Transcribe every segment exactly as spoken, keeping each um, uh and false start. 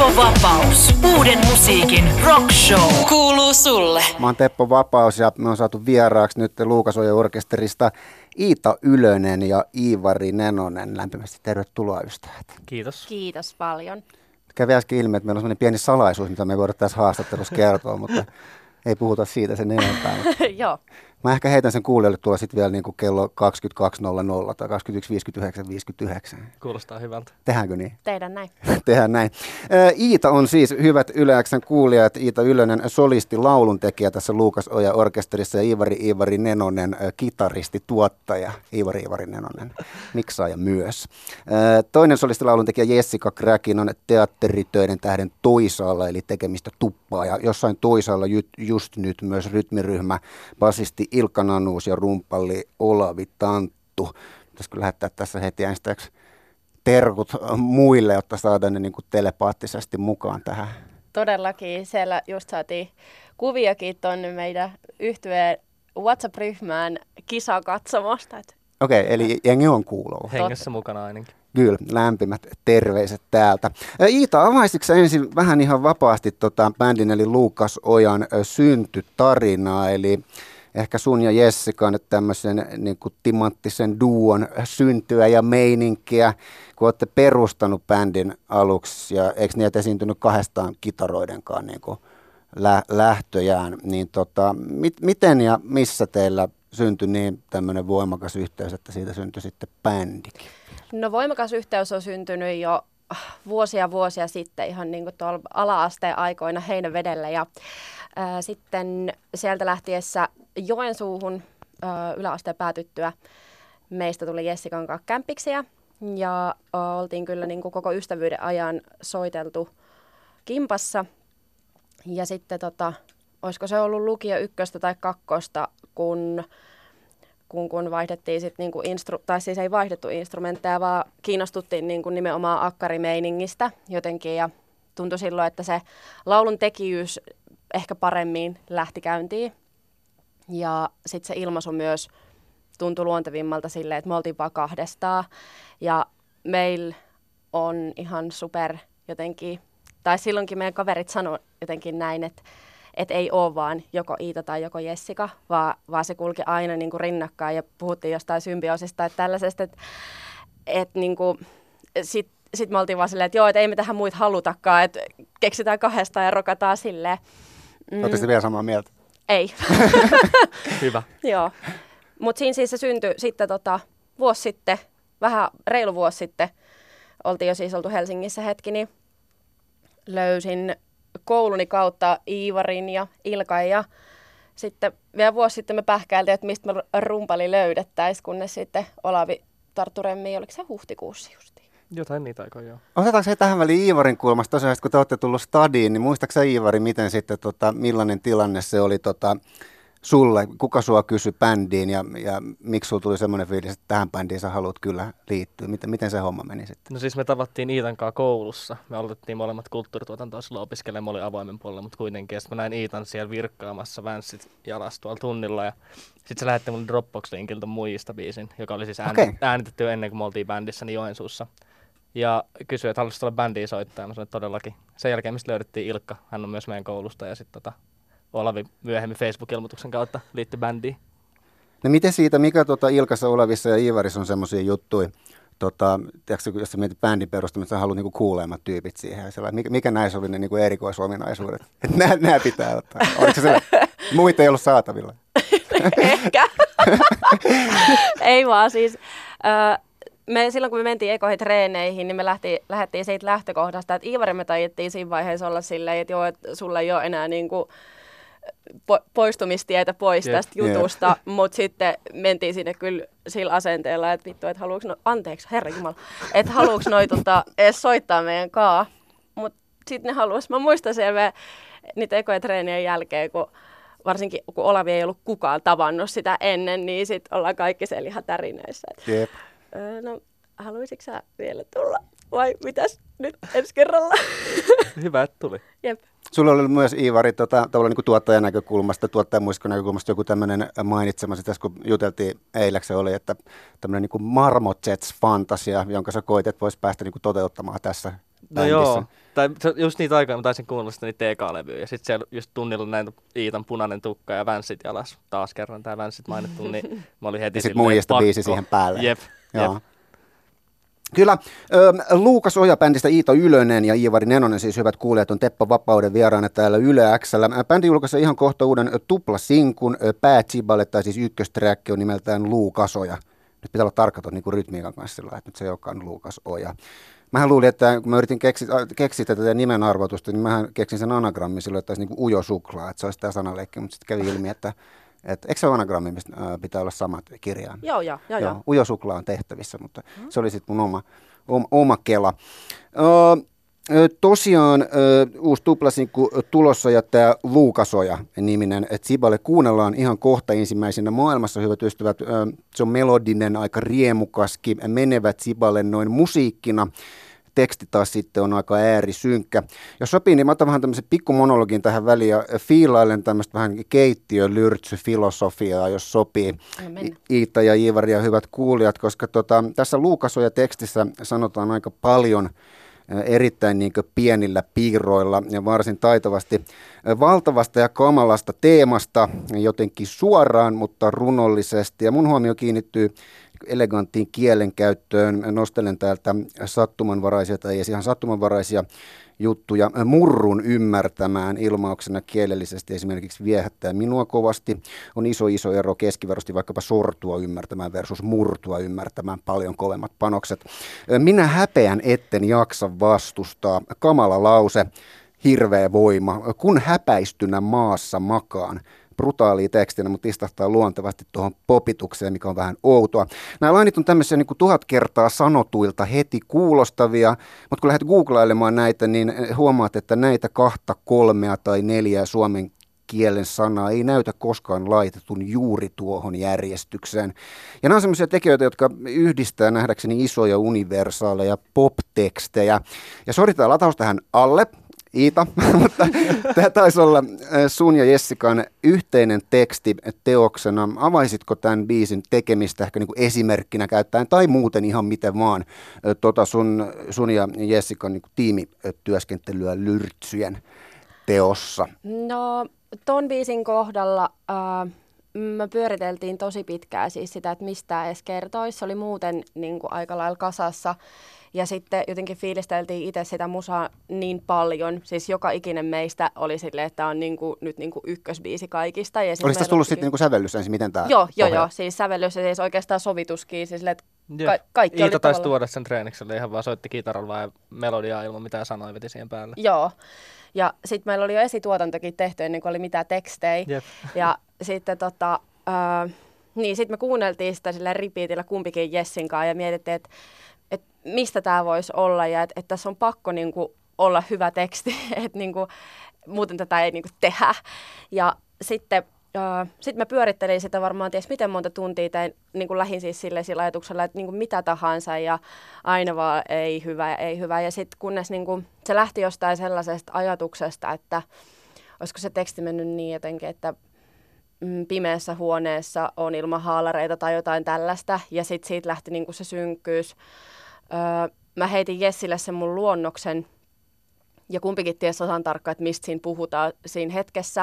Teppo Vapaus. Uuden musiikin rock show. Kuuluu sulle. Mä oon Teppo Vapaus ja me on saatu vieraaksi nyt Luukas Oja orkesterista Iita Ylönen ja Iivari Nenonen. Lämpimästi tervetuloa ystävät. Kiitos. Kiitos paljon. Kävi äsken ilmi, että meillä on sellainen pieni salaisuus, mitä me ei voida tässä haastattelussa kertoa, mutta ei puhuta siitä sen enempää. Joo. Mä ehkä heitän sen kuulijoille tuolla sitten vielä niin kuin kello kaksikymmentäkaksi nolla nolla tai kaksikymmentäyksi viisikymmentäyhdeksän viisikymmentäyhdeksän. Kuulostaa hyvältä. Tehdäänkö niin? Tehdään näin. Tehdään näin. Iita on siis, hyvät Yle X:n kuulijat, Iita Ylönen solisti, lauluntekijä tässä Luukas Oja orkesterissa ja Iivari Iivari Nenonen kitaristi, tuottaja, Iivari Iivari Nenonen, miksaaja myös. Toinen solisti, lauluntekijä Jessica Kräkin on teatteritöiden tähden toisaalla, eli tekemistä tuppaa, ja jossain toisaalla just nyt myös rytmiryhmä, basisti Ilkka Nanuus ja rumpalli Olavi Tanttu. Pitäisikö lähettää tässä heti äänestäjäksi terkut muille, jotta saadaan ne niin kuin telepaattisesti mukaan tähän? Todellakin. Siellä just saatiin kuviakin tuonne meidän yhtyeen WhatsApp-ryhmään kisakatsomosta. Okei, okay, eli jengi on kuulolla. Hengessä mukana ainakin. Kyllä, lämpimät terveiset täältä. Iita, avaisitko ensin vähän ihan vapaasti tota bändin eli Luukas Ojan syntytarinaa, eli ehkä sun ja Jessikan tämmöisen niin kuin timanttisen duon syntyä ja meininkiä, kun olette perustanut bändin aluksi, ja eikö niitä esiintynyt kahdestaan kitaroidenkaan niin kuin lä- lähtöjään, niin tota, mit- miten ja missä teillä syntyi niin tämmöinen voimakas yhteys, että siitä syntyi sitten bändikin? No voimakas yhteys on syntynyt jo vuosia vuosia sitten ihan niin kuin tuolla ala-asteen aikoina Heinävedellä ja ää, sitten sieltä lähtiessä Joensuuhun ää, yläasteen päätyttyä meistä tuli Jessikan kanssa kämpiksiä ja ää, oltiin kyllä niin kuin koko ystävyyden ajan soiteltu kimpassa ja sitten tota, olisiko se ollut lukio ykköstä tai kakkosta, kun kun, kun vaihdettiin sitten niinku instru- tai siis ei vaihdettu instrumentteja, vaan kiinnostuttiin niinku nimenomaan akkarimeiningistä jotenkin ja tuntui silloin, että se laulun tekijyys ehkä paremmin lähti käyntiin. Ja sitten se ilmaisu myös tuntui luontevimmalta silleen, että me oltiin vaan kahdestaan ja meillä on ihan super jotenkin, tai silloinkin meidän kaverit sanoi jotenkin näin, että että ei ole vaan joko Iita tai joko Jessica, vaan, vaan se kulki aina niin kuin rinnakkain ja puhuttiin jostain symbioosista tai tällaisesta, että et, niin sitten sit me oltiin vaan silleen, että joo, että ei me tähän muita halutakaan, että keksitään kahdestaan ja rokataan silleen. Mm. Oletteko te vielä samaa mieltä? Ei. Hyvä. Joo, mutta siinä siis se syntyi sitten tota, vuosi sitten, vähän reilu vuosi sitten, oltiin jo siis oltu Helsingissä hetki, niin löysin kouluni kautta Iivarin ja Ilkan ja sitten vielä vuosi sitten me pähkäiltiin, että mistä me rumpali löydettäisiin, kunnes sitten Olavi tarttui remmiin, oliko se huhtikuussa justiin? Jotain niitä aikoja, joo. Otetaanko he tähän väliin Iivarin kulmasta? Tosiaan, kun te olette tullut stadiin, niin muistaaksä Iivari, miten sitten, tota, millainen tilanne se oli tota, sulle? Kuka sua kysyi bändiin ja, ja miksi sulla tuli semmoinen fiilis, että tähän bändiin sä haluat kyllä liittyä? Miten, miten se homma meni sitten? No siis me tavattiin Iitan kanssa koulussa. Me aloitettiin molemmat kulttuurituotantoa silloin opiskelemaan. Mä olin avoimen puolella, mutta kuitenkin. Ja sitten mä näin Iitan siellä virkkaamassa vänssit jalassa tuolla tunnilla. Ja sitten se lähetti mulle Dropbox-linkiltä Muijista biisin, joka oli siis äänitetty, okay. äänitetty ennen kuin me oltiin bändissä niin Joensuussa. Ja kysyi, että haluaisitko olla bändiä soittaa. Ja mä sanoin, että todellakin. Sen jälkeen mistä löydettiin Ilkka. Hän on myös meidän koulusta. Ja sitten tota, Olavi myöhemmin Facebook-ilmoituksen kautta liittyi bändiin. No miten siitä, mikä tota Ilkassa, Olavissa ja Iivarissa on semmoisia juttuja, tota, tiedätkö, jos sä mietit bändin perustamista, sä haluat niinku kuuleimmat tyypit siihen. Mikä, mikä näissä oli ne niinku erikoisominaisuudet? Että nämä, nämä pitää ottaa. Oliko se sellainen? Muita ei ollut saatavilla. Ehkä. Ei vaan siis. Äh, me, silloin kun me mentiin ekoihin treeneihin, niin me lähti, lähdettiin siitä lähtökohdasta, että Iivari me taidettiin siinä vaiheessa olla silleen, että joo, että sulla ei ole enää niinku po- poistumistietä pois yep. tästä jutusta, yeah. mutta sitten mentiin sinne kyllä sillä asenteella, että vittu, että haluuks, no, anteeksi, herranjumala, että haluuks noi tota, edes soittaa meidän kaa, mutta sitten ne halus. Mä muistan siellä niitä ekoja treenien jälkeen, kun varsinkin kun Olavi ei ollut kukaan tavannut sitä ennen, niin sitten ollaan kaikki siellä ihan tärinöissä. Yep. Öö, no, haluaisitko sä vielä tulla? Vai mitäs nyt ensi kerralla? Hyvä, että tuli. Jep. Sulla oli myös Iivari tota, tavallaan niin kuin tuottajan näkökulmasta, tuottajan muisikon näkökulmasta joku tämmöinen mainitsemasi tässä, kun juteltiin eiläksi oli, että tämmöinen niin kuin Marmot Jets-fantasia, jonka sä koit, että voisi päästä niin kuin toteuttamaan tässä No bändissä. joo, tai just niitä aikoja mä taisin kuunnella sitä niitä T K-levyjä, ja sitten siellä just tunnilla näin Iitan Punainen tukka ja Vänssit jalas, taas kerran tää Vänssit mainittu, niin mä olin heti ja sitten silleen muijasta pakko. biisi siihen päälle. Jep, joo. jep. Kyllä, ö, Luukas Oja-bändistä Iita Ylönen ja Iivari Nenonen, siis hyvät kuulijat, on Teppo Vapauden vieraana täällä Yle X:llä. Bändi julkaisee ihan kohta uuden tuplasinkun, päätsiballe, tai siis ykkösträkki on nimeltään Luukas Oja. Nyt pitää olla tarkka tuon niin rytmiikan kanssa sillä, että nyt se ei olekaan Luukas Oja. Mähän luulin, että kun mä yritin keksiä, keksiä tätä nimen arvotusta, niin mähän keksin sen anagrammin silloin, että olisi niin kuin ujo suklaa, että se olisi tämä sanaleikki, mutta sitten kävi ilmi, että että eikö se ole anagrammi, mistä ää, pitää olla samat kirjaimet? Joo, joo, joo. joo. Ujo suklaa on tehtävissä, mutta mm. se oli sitten mun oma, oma, oma kela. Ö, tosiaan ö, uusi tuplasinkku tulossa ja tämä Luukas Oja-niminen Tsiballe kuunnellaan ihan kohta ensimmäisenä maailmassa, hyvät ystävät. Ö, se on melodinen, aika riemukaskin, menevä Tsiballe noin musiikkina. Teksti taas sitten on aika äärisynkkä. Jos sopii, niin mä otan vähän tämmöisen pikkumonologin tähän väliin ja fiilailen tämmöistä vähän keittiölyrtsy-filosofiaa, jos sopii. I- Iita ja Iivari ja hyvät kuulijat, koska tota, tässä Luukas Oja-tekstissä sanotaan aika paljon erittäin niin kuin pienillä piirroilla ja varsin taitavasti valtavasta ja kamalasta teemasta jotenkin suoraan, mutta runollisesti. Ja mun huomio kiinnittyy eleganttiin kielenkäyttöön. Nostelen täältä sattumanvaraisia tai ei ihan sattumanvaraisia juttuja murrun ymmärtämään ilmauksena kielellisesti esimerkiksi viehättää minua kovasti. On iso iso ero keskiverrosti vaikkapa sortua ymmärtämään versus murtua ymmärtämään, paljon kovemmat panokset. Minä häpeän etten jaksa vastustaa. Kamala lause, hirveä voima. Kun häpäistynä maassa makaan. Brutaalia tekstinä, mutta istahtaa luontevasti tuohon popitukseen, mikä on vähän outoa. Nämä lainit on tämmöisiä niin kuin tuhat kertaa sanotuilta heti kuulostavia, mutta kun lähdet googlailemaan näitä, niin huomaat, että näitä kahta, kolmea tai neljää suomen kielen sanaa ei näytä koskaan laitetun juuri tuohon järjestykseen. Ja nämä on semmoisia tekijöitä, jotka yhdistää nähdäkseni isoja universaaleja pop-tekstejä. Ja soritaan lataus tähän alle. Iita, mutta tämä taisi olla sun ja Jessikan yhteinen teksti teoksena. Avaisitko tämän biisin tekemistä ehkä niin kuin esimerkkinä käyttäen tai muuten ihan miten vaan tota sun, sun ja Jessikan niin kuin tiimityöskentelyä lyrtsyjen teossa? No ton biisin kohdalla äh, me pyöriteltiin tosi pitkään siis sitä, että mistä edes kertoisi. Se oli muuten niin kuin aika lailla kasassa. Ja sitten jotenkin fiilisteltiin itse sitä musaa niin paljon, siis joka ikinen meistä oli silleen, että tämä on niinku, nyt niinku ykkösbiisi kaikista. Ja Olisi tässä tullut sitten niinku sävellys ensin, miten tämä Joo, joo, joo, siis sävellys ja siis oikeastaan sovituskin, siis että ka- kaikki Iita oli taisi tavallaan tuoda sen treenikselle, ihan vaan soitti kitaralla ja melodiaa ilman mitään sanoja veti siihen päälle. Joo, ja sitten meillä oli jo esituotantokin tehty ennen kuin oli mitään tekstejä. Jep. Ja sitten tota, äh, niin sitten me kuunneltiin sitä sillä repeatillä kumpikin Jessin kanssa ja mietittiin, että et mistä tämä voisi olla ja että et tässä on pakko niinku olla hyvä teksti, että niinku, muuten tätä ei niinku tehdä. Ja sitten äh, sit mä pyörittelin sitä varmaan ties miten monta tuntia, tein niinku lähin siis sille sillä ajatuksella, että niinku mitä tahansa ja aina vaan ei hyvä ja ei hyvä. Ja sitten kunnes niinku, se lähti jostain sellaisesta ajatuksesta, että olisiko se teksti mennyt niin jotenkin, että mm, pimeässä huoneessa on ilman haalareita tai jotain tällaista. Ja sitten siitä lähti niinku se synkkyys. Öö, mä heitin Jessille sen mun luonnoksen ja kumpikin tiesi osan tarkkaan, että mistä siinä puhutaan siinä hetkessä.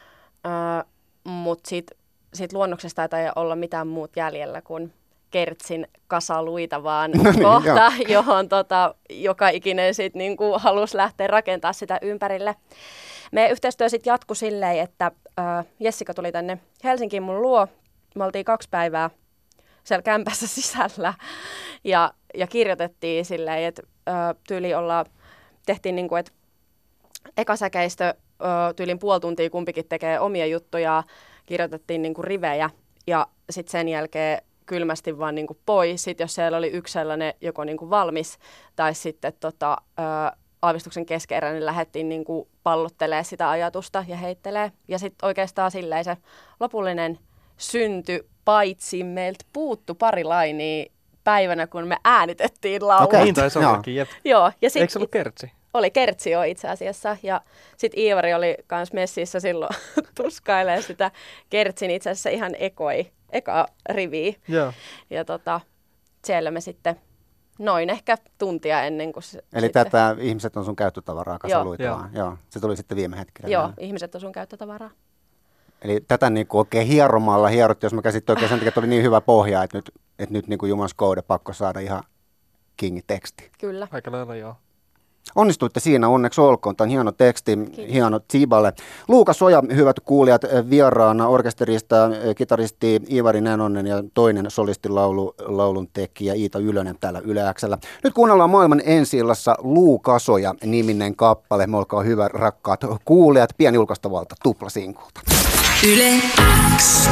Öö, Mutta siitä, siitä luonnoksesta ei taida olla mitään muut jäljellä kuin Kertsin kasa luita vaan kohta, johon tota, joka ikinen sit niinku halusi lähteä rakentamaan sitä ympärille. Meidän yhteistyö sitten jatkui silleen, että öö, Jessica tuli tänne Helsinkiin mun luo. Me oltiin kaksi päivää siellä kämpässä sisällä ja, ja kirjoitettiin silleen, että ö, tyyli ollaan, tehtiin niin kuin, että ekasäkeistö ö, tyylin puoli tuntia kumpikin tekee omia juttuja, kirjoitettiin niin kuin rivejä ja sitten sen jälkeen kylmästi vaan niin kuin pois. Sitten jos siellä oli yksi sellainen joko niin kuin valmis tai sitten tota, ö, aavistuksen keskeerä, niin lähdettiin niin kuin pallottelemaan sitä ajatusta ja heittelee. Ja sitten oikeastaan silleen se lopullinen synty, paitsi meiltä puuttu pari lainia päivänä, kun me äänitettiin laulua. Okei. Niin taisi ollakin, jep. Joo, ja sit, Eikö se ollut Kertsi? Oli Kertsi jo itse asiassa. Ja sitten Iivari oli kans messissä silloin tuskailemaan sitä Kertsin itse asiassa ihan ekoi, eka riviä. Joo. Ja tota, siellä me sitten noin ehkä tuntia ennen kuin se, Eli sitten, tätä ihmiset on sun käyttötavaraa, kasaluitellaan. Joo. Joo. Se tuli sitten viime hetkellä. Joo, Näin. ihmiset on sun käyttötavaraa. Eli tätä niin kuin oikein hieromalla hierottiin, jos mä käsitin oikein sen takia, että oli niin hyvä pohja, että nyt, että nyt niin kuin Jumans Code pakko saada ihan kingi teksti. Kyllä. Aika lailla joo. Onnistuitte siinä, onneksi olkoon. Tämä on hieno teksti, Kiitos. hieno Tsiballe. Luukas Oja, hyvät kuulijat, vieraana orkesterista kitaristi Iivari Nenonen ja toinen solistilaulu, laulun tekijä Iita Ylönen täällä Yle X:llä. Nyt kuunnellaan maailman ensi-illassa Luukas Oja -niminen kappale. Me olkaa hyvät rakkaat kuulijat, pian julkaistavalta tuplasinkulta. Yle X.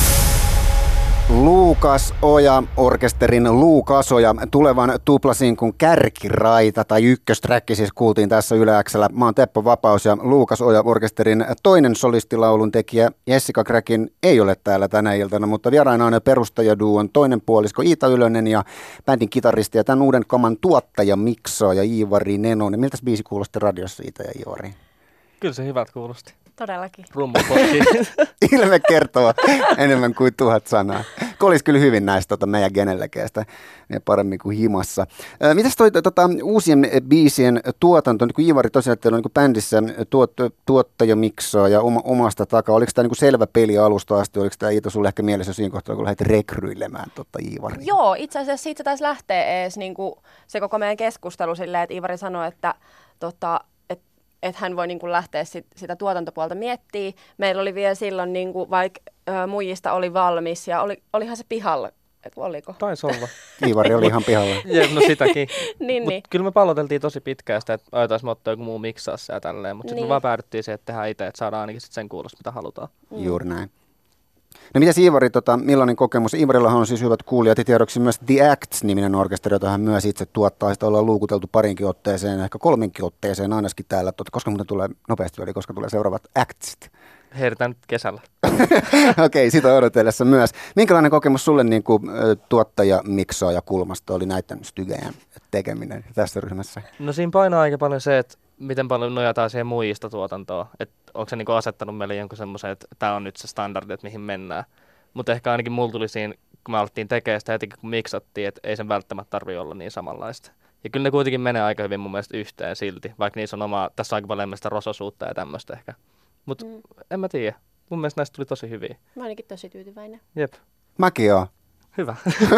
Luukas Oja, orkesterin Luukas Oja, tulevan tuplasinkun kärkiraita tai ykkösträkki siis kuultiin tässä Yle X:llä. Mä oon Teppo Vapaus ja Luukas Oja, orkesterin toinen solistilaulun tekijä Jessica Crackin ei ole täällä tänä iltana, mutta vieraina on perustajaduon toinen puolisko Iita Ylönen ja bändin kitaristi ja tämän uuden kaman tuottaja, miksaaja Iivari Nenonen. Miltäs biisi kuulosti radiossa, Iita ja Iivari? Kyllä se hyvältä kuulosti. Todellakin. Rummupotti. Ilme kertoo enemmän kuin tuhat sanaa. Kolisi kyllä hyvin näistä tota, meidän genellekeistä, ne paremmin kuin himassa. Ää, mitäs toi tota, uusien biisien tuotanto, niin kuin Iivari tosiaan, että teillä on niin kuin bändissä tuot, tuottaja miksaa ja oma, omasta takaa. Oliko tämä niin kuin selvä peli alusta asti, oliko tämä Iita sulle ehkä mielessä siinä kohtaa, kun lähdit rekryilemään tota Iivaria? Joo, itse asiassa siitä se taisi lähteä edes niin kuin se koko meidän keskustelu silleen, että Iivari sanoi, että tota, että hän voi niin kuin lähteä sit, sitä tuotantopuolta miettimään. Meillä oli vielä silloin, niin kuin, vaikka ö, muijista oli valmis ja oli, olihan se pihalla, et oliko? Taisi olla. Iivari oli ihan pihalla. Jep, no sitäkin. niin, Mut niin. kyllä me palloteltiin tosi pitkään sitä, että aiotaisiin me ottaa joku muu miksaa se ja tälleen, mutta sitten Niin. me vaan päädyttiin siihen, että tehdään itse, että saadaan ainakin sit sen kuulosta, mitä halutaan. Mm. Juuri näin. No mitäs Iivari, tota, millainen kokemus? Iivarillahan on siis hyvät kuulijat ja tiedoksi myös The Acts-niminen orkesteri, jota hän myös itse tuottaa. Sitä ollaan luukuteltu parinkin otteeseen, ehkä kolminkin otteeseen ainakin täällä. Tota, koska muuten tulee nopeasti, eli koska tulee seuraavat Actsit? Heitetään nyt kesällä. Okei, okay, sitä odotellessa myös. Minkälainen kokemus sulle niin kuin, tuottaja, miksaaja kulmasta oli näiden stygeen tekeminen tässä ryhmässä? No siinä painaa aika paljon se, että miten paljon nojataan siihen muijista tuotantoon. Että onko se niinku asettanut meille jonkun semmoisen, että tämä on nyt se standardi, että mihin mennään. Mutta ehkä ainakin mulla tuli siinä, kun me alettiin tekemään sitä heti, kun miksattiin, että ei sen välttämättä tarvitse olla niin samanlaista. Ja kyllä ne kuitenkin menee aika hyvin mun mielestä yhteen silti, vaikka niissä on oma, tässä on aika paljon sitä rososuutta ja tämmöistä ehkä. Mutta mm. en mä tiedä. Mun mielestä näistä tuli tosi hyviä. Mä ainakin tosi tyytyväinen. Jep. Mäkin oon. Hyvä.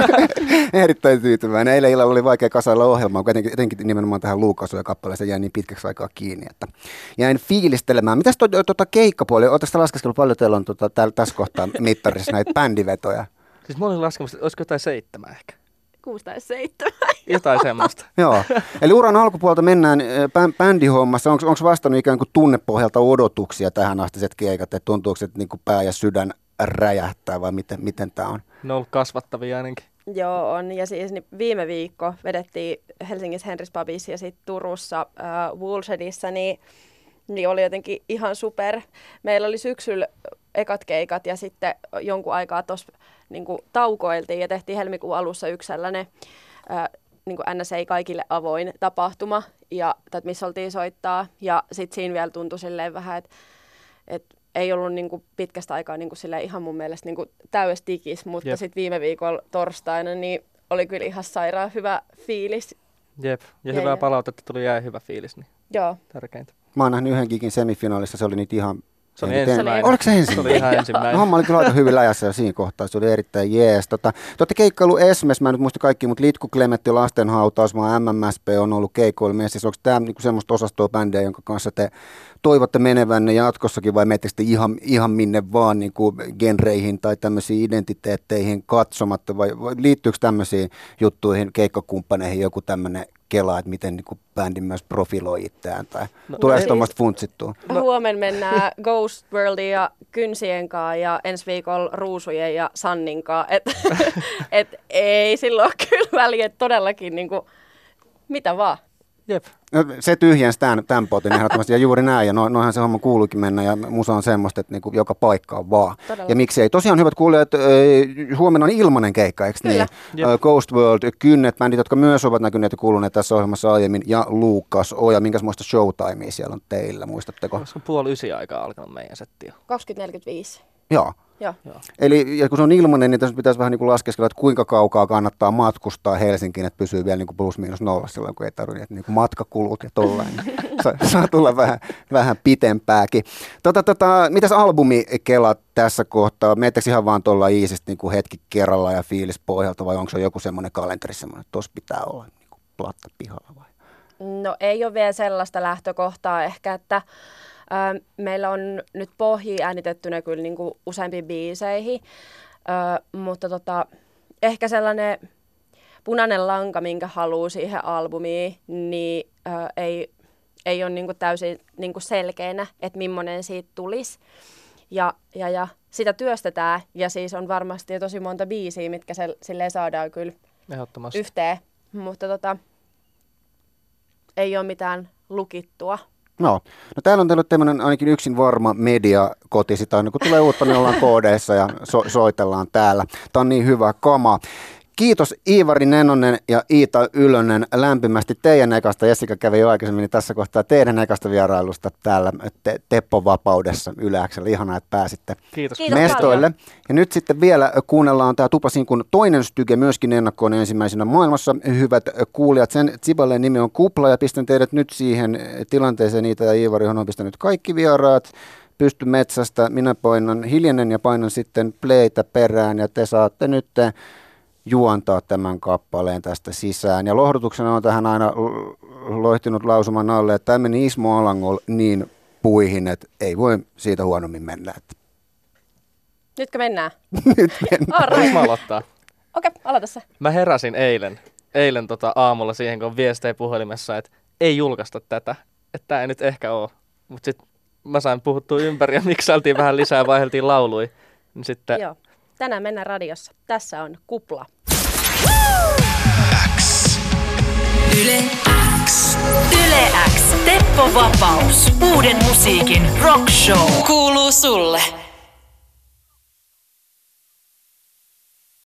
Erittäin tyytyväinen. Eilen illalla oli vaikea kasailla ohjelmaa, kun etenkin, etenkin nimenomaan tähän Luukas Oja kappaleeseen jäi niin pitkäksi aikaa kiinni, että jäin fiilistelemään. Mitäs tuota to, to, keikkapuoli? Oletko laskeskellut paljon teillä on tota, täällä, tässä kohtaa mittarissa näitä bändivetoja? Siis mä olin laskemassa, että olisiko jotain seitsemän ehkä. Kuusi tai seitsemän. Jotain semmoista. Joo. Eli uran alkupuolta mennään bä- bändihommassa. Onko vastannut ikään kuin tunnepohjalta odotuksia tähän astiset keikat? Että tuntuuko, että niin kuin pää ja sydän räjähtää vai miten, miten tämä on? Ne on ollut kasvattavia ainakin. Joo, on. Ja siis niin viime viikko vedettiin Helsingissä Henris Pubissa ja sitten Turussa äh, Woolshedissa, niin, niin oli jotenkin ihan super. Meillä oli syksyllä ekat keikat ja sitten jonkun aikaa tuossa niin taukoiltiin ja tehtiin helmikuun alussa yksi sellainen äh, niin kuin N S A kaikille avoin tapahtuma, ja, tai missä oltiin soittaa. Ja sitten siinä vielä tuntui silleen vähän, että et ei ollut niin kuin pitkästä aikaa niin kuin silleen ihan mun mielestä niin kuin täys digis, mutta sitten viime viikolla torstaina niin oli kyllä ihan sairaan hyvä fiilis. Jep, ja, Ja- hyvää ja- palautetta tuli jäi hyvä fiilis, niin Joo. tärkeintä. Mä oon nähnyt yhden gikin semifinaalissa, se oli nyt ihan... Se oli en- ensimmäinen. Oliko se ensimmäinen? Se oli ihan ensimmäinen. No, homma oli kyllä aika hyvin läjässä jo siinä kohtaa, se oli erittäin jees. Tota, te olette keikkailu Esmes, mä en nyt muista kaikki, mutta Litku Klemetti, Lastenhautausmaa, M M S P on ollut keikoilla messissä. Onko tämä niinku semmoista osastoa bändejä, jonka kanssa te toivotte menevänne jatkossakin vai menettekö te ihan, ihan minne vaan niinku genreihin tai tämmöisiin identiteetteihin katsomatta vai, vai liittyykö tämmöisiin juttuihin, keikkakumppaneihin joku tämmöinen kela, että miten niinku bändi myös profiloi itseään tai No, tulee siis- tuommoista funtsittua? No. Huomenna mennään Ghost Worldin ja Kynsien kanssa ja ensi viikolla Ruusujen ja Sannin kanssa. Et, et ei silloin ole kyllä väliä, että todellakin niinku, mitä vaan. Jep. No, se tyhjensi tämän, tämän potin ehdottomasti ja juuri näin ja no, noinhan se homma kuuluukin mennä ja musa on semmoista, että niinku joka paikka on vaan. Todella. Ja miksi ei? Tosiaan hyvät kuulijat, ei, huomenna on ilmainen keikka, eikö niin? Jep. Ö, Ghost World, Kynnet, bändit, jotka myös ovat näkyneet ja kuuluneet tässä ohjelmassa aiemmin ja Luukas Oja. Minkälaista showtimea siellä on teillä, muistatteko? Olisiko puoli ysi aikaa alkanut meidän setti jo? kaksikymmentä neljäkymmentäviisi. Joo. Joo. Eli ja kun se on ilmainen, niin tässä pitäisi vähän niin kuin laskeskella, että kuinka kaukaa kannattaa matkustaa Helsinkiin, että pysyy vielä niin kuin plus miinus nolla silloin, kun ei tarvitse, että niin kuin matkakulut ja tollainen. Saa, saa tulla vähän, vähän pitempääkin. Tota, tota, mitäs albumikela tässä kohtaa? Miettekö ihan vaan tuolla iisisti niin kuin hetki kerralla ja fiilis pohjalta, vai onko se joku semmoinen kalenteri semmoinen, että tuossa pitää olla niin kuin platta pihalla vai? No ei ole vielä sellaista lähtökohtaa ehkä, että ää, meillä on nyt pohjia äänitettynä kyllä niin kuin useampiin biiseihin, ää, mutta tota, ehkä sellainen punainen lanka, minkä haluaa siihen albumiin, niin ää, ei, ei ole niin kuin täysin niin kuin selkeänä, että millainen siitä tulisi. Ja, ja, ja sitä työstetään, ja siis on varmasti tosi monta biisiä, mitkä se, silleen saadaan kyllä yhteen, mutta tota, ei ole mitään lukittua. No, no täällä on teillä tämmöinen ainakin yksin varma mediakoti, sitä aina kun tulee uutta, niin ollaan koodeissa ja so- soitellaan täällä. Tämä on niin hyvä kama. Kiitos Iivari Nenonen ja Iita Ylönen lämpimästi teidän ekasta. Jessica kävi jo aikaisemmin niin tässä kohtaa teidän ekasta vierailusta täällä te- Teppo Vapaudessa Yle X:llä. Ihanaa, että pääsitte Kiitos. Kiitos mestoille. paljon. Ja nyt sitten vielä kuunnellaan tämä Tupasinkun toinen styke myöskin ennakkoon ensimmäisenä maailmassa. Hyvät kuulijat, sen Tsiballeen nimi on Kupla ja pistän teidät nyt siihen tilanteeseen. Iita ja Iivari on pistänyt kaikki vieraat. Pysty metsästä. Minä painan hiljainen ja painan sitten playtä perään ja te saatte nyt juontaa tämän kappaleen tästä sisään. Ja lohdutuksena on tähän aina loihtinut lausuman alle, että tämä meni Ismo Alangol niin puihin, että ei voi siitä huonommin mennä. Nytkö mennään? Nyt mennään. Voinko mä aloittaa? Okei, okay, aloita se. Mä heräsin eilen, eilen tota aamulla siihen, kun on viestejä puhelimessa, että ei julkaista tätä, että tää ei nyt ehkä oo. Mut sit mä sain puhuttua ympäri ja miksailtiin vähän lisää ja vaihdeltiin laului. Niin sitten Joo. Tänään mennään radiossa. Tässä on Kupla. X. Yle X. Yle X. Teppo Vapaus. Uuden musiikin rock show. Kuuluu sulle.